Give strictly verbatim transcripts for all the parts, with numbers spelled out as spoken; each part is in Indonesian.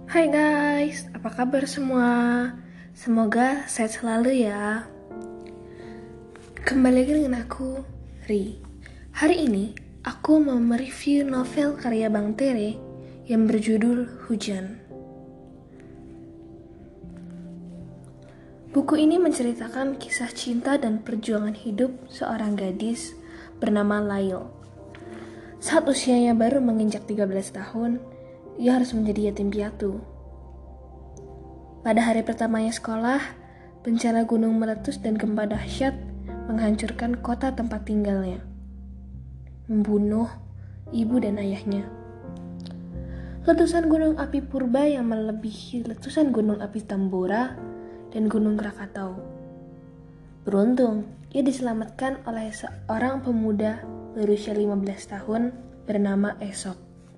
Hai guys, apa kabar semua? Semoga sehat selalu ya. Kembali lagi dengan aku, Ri. Hari ini, aku mau mereview novel karya Bang Tere yang berjudul Hujan. Buku ini menceritakan kisah cinta dan perjuangan hidup seorang gadis bernama Lail. Saat usianya baru menginjak tiga belas tahun, ia harus menjadi yatim piatu. Pada hari pertamanya sekolah, bencana gunung meletus dan gempa dahsyat menghancurkan kota tempat tinggalnya, membunuh ibu dan ayahnya. Letusan gunung api Purba yang melebihi letusan gunung api Tambora dan gunung Krakatau. Beruntung, ia diselamatkan oleh seorang pemuda berusia lima belas tahun bernama Esok.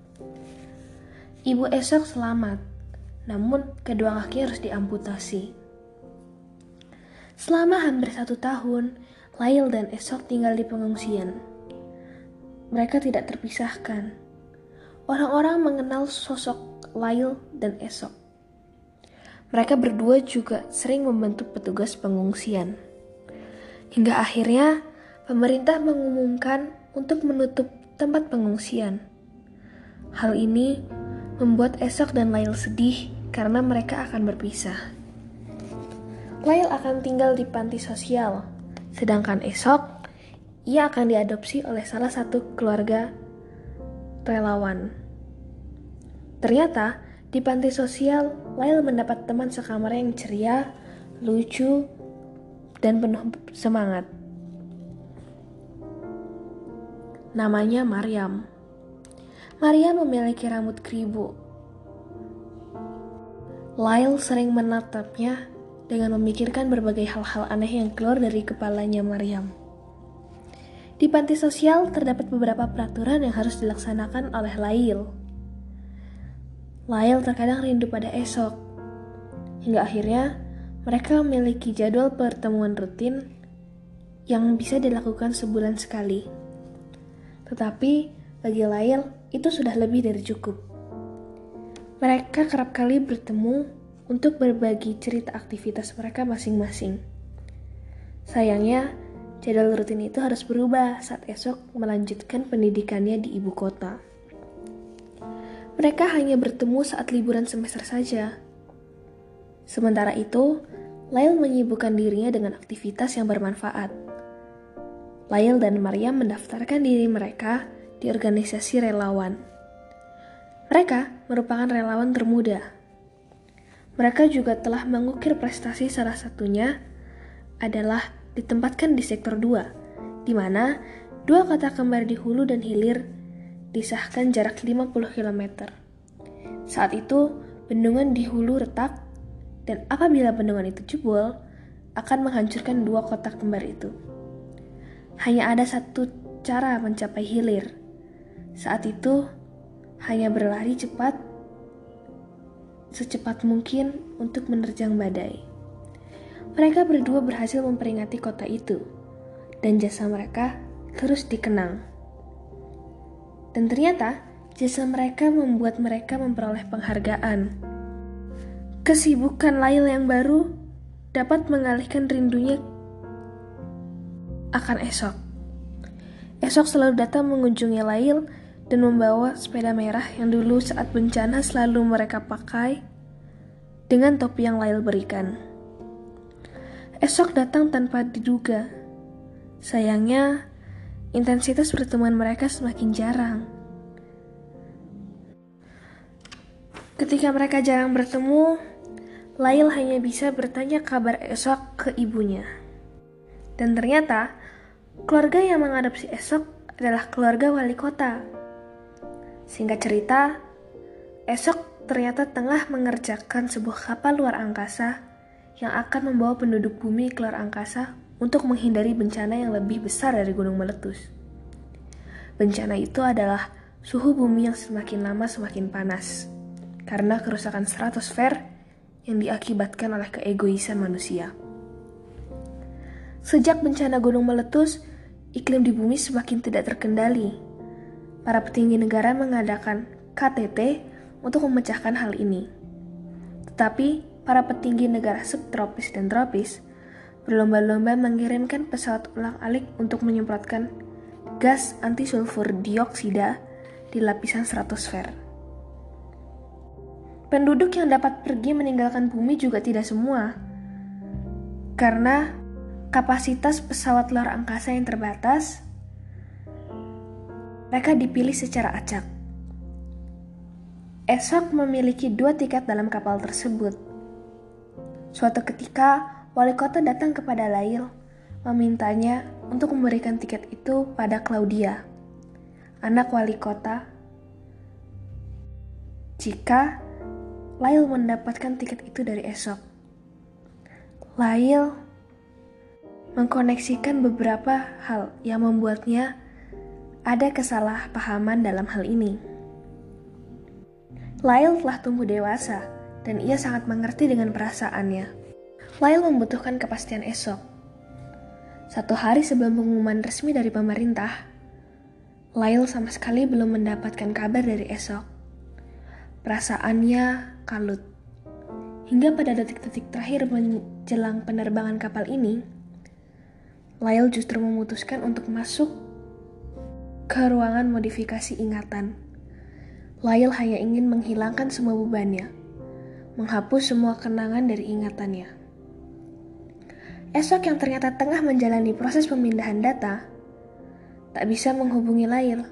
Ibu Esok selamat, namun kedua kakinya harus diamputasi. Selama hampir satu tahun, Lail dan Esok tinggal di pengungsian. Mereka tidak terpisahkan. Orang-orang mengenal sosok Lail dan Esok. Mereka berdua juga sering membantu petugas pengungsian. Hingga akhirnya, pemerintah mengumumkan untuk menutup tempat pengungsian. Hal ini membuat Esok dan Lail sedih karena mereka akan berpisah. Lail akan tinggal di panti sosial, sedangkan Esok, ia akan diadopsi oleh salah satu keluarga relawan. Ternyata, di panti sosial, Lail mendapat teman sekamar yang ceria, lucu, dan penuh semangat. Namanya Maryam. Maryam memiliki rambut keribu. Lail sering menatapnya dengan memikirkan berbagai hal-hal aneh yang keluar dari kepalanya Maryam. Di panti sosial terdapat beberapa peraturan yang harus dilaksanakan oleh Lail. Lail terkadang rindu pada Esok. Hingga akhirnya mereka memiliki jadwal pertemuan rutin yang bisa dilakukan sebulan sekali. Tetapi bagi Lail, itu sudah lebih dari cukup. Mereka kerap kali bertemu untuk berbagi cerita aktivitas mereka masing-masing. Sayangnya, jadwal rutin itu harus berubah saat Esok melanjutkan pendidikannya di ibu kota. Mereka hanya bertemu saat liburan semester saja. Sementara itu, Lail menyibukkan dirinya dengan aktivitas yang bermanfaat. Lail dan Maryam mendaftarkan diri mereka di organisasi relawan. Mereka merupakan relawan termuda. Mereka juga telah mengukir prestasi, salah satunya adalah ditempatkan di sektor dua, di mana dua kota kembar di hulu dan hilir disahkan jarak lima puluh kilometer. Saat itu, bendungan di hulu retak, dan apabila bendungan itu jebol, akan menghancurkan dua kota kembar itu. Hanya ada satu cara mencapai hilir. Saat itu, hanya berlari cepat, secepat mungkin untuk menerjang badai. Mereka berdua berhasil memperingati kota itu, dan jasa mereka terus dikenang. Dan ternyata, jasa mereka membuat mereka memperoleh penghargaan. Kesibukan Lail yang baru dapat mengalihkan rindunya akan Esok. Esok selalu datang mengunjungi Lail dan membawa sepeda merah yang dulu saat bencana selalu mereka pakai dengan topi yang Lail berikan. Esok datang tanpa diduga. Sayangnya, intensitas pertemuan mereka semakin jarang. Ketika mereka jarang bertemu, Lail hanya bisa bertanya kabar Esok ke ibunya. Dan ternyata, keluarga yang mengadopsi Esok adalah keluarga wali kota. Singkat cerita, Esok ternyata tengah mengerjakan sebuah kapal luar angkasa yang akan membawa penduduk bumi ke luar angkasa untuk menghindari bencana yang lebih besar dari gunung meletus. Bencana itu adalah suhu bumi yang semakin lama semakin panas karena kerusakan stratosfer yang diakibatkan oleh keegoisan manusia. Sejak bencana gunung meletus, iklim di bumi semakin tidak terkendali. Para petinggi negara mengadakan K T T untuk memecahkan hal ini. Tetapi para petinggi negara subtropis dan tropis berlomba-lomba mengirimkan pesawat ulang-alik untuk menyemprotkan gas antisulfur dioksida di lapisan stratosfer. Penduduk yang dapat pergi meninggalkan bumi juga tidak semua, karena kapasitas pesawat luar angkasa yang terbatas, mereka dipilih secara acak. Esok memiliki dua tiket dalam kapal tersebut. Suatu ketika, wali kota datang kepada Lail, memintanya untuk memberikan tiket itu pada Claudia, anak wali kota, jika Lail mendapatkan tiket itu dari Esok. Lail mengkoneksikan beberapa hal yang membuatnya ada kesalahpahaman dalam hal ini. Lail telah tumbuh dewasa dan ia sangat mengerti dengan perasaannya. Lail membutuhkan kepastian Esok. Satu hari sebelum pengumuman resmi dari pemerintah, Lail sama sekali belum mendapatkan kabar dari Esok. Perasaannya kalut. Hingga pada detik-detik terakhir menjelang penerbangan kapal ini, Lail justru memutuskan untuk masuk ke ruangan modifikasi ingatan. Lail hanya ingin menghilangkan semua bebannya, menghapus semua kenangan dari ingatannya. Esok yang ternyata tengah menjalani proses pemindahan data, tak bisa menghubungi Lail.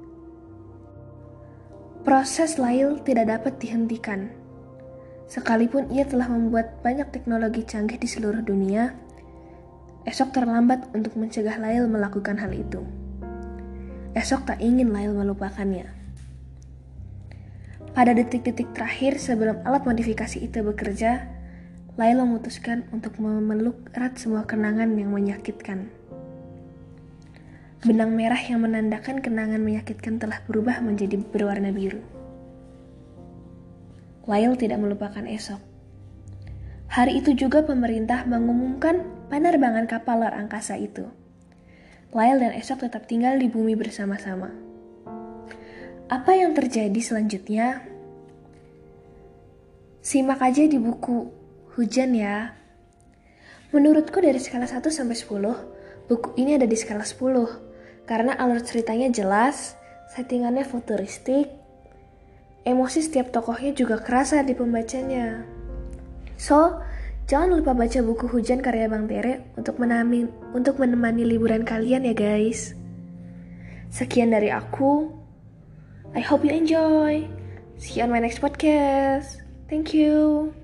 Proses Lail tidak dapat dihentikan. Sekalipun ia telah membuat banyak teknologi canggih di seluruh dunia, Esok terlambat untuk mencegah Lail melakukan hal itu. Esok tak ingin Lail melupakannya. Pada detik-detik terakhir sebelum alat modifikasi itu bekerja, Lail memutuskan untuk memeluk erat semua kenangan yang menyakitkan. Benang merah yang menandakan kenangan menyakitkan telah berubah menjadi berwarna biru. Lail tidak melupakan Esok. Hari itu juga pemerintah mengumumkan penerbangan kapal luar angkasa itu. Lail dan Esok tetap tinggal di bumi bersama-sama. Apa yang terjadi selanjutnya? Simak aja di buku Hujan ya. Menurutku dari skala satu sampai sepuluh, buku ini ada di skala sepuluh. Karena alur ceritanya jelas, settingannya futuristik, emosi setiap tokohnya juga kerasa di pembacanya. So, jangan lupa baca buku Hujan karya Bang Tere untuk menemani, untuk menemani liburan kalian ya guys. Sekian dari aku. I hope you enjoy. See you on my next podcast. Thank you.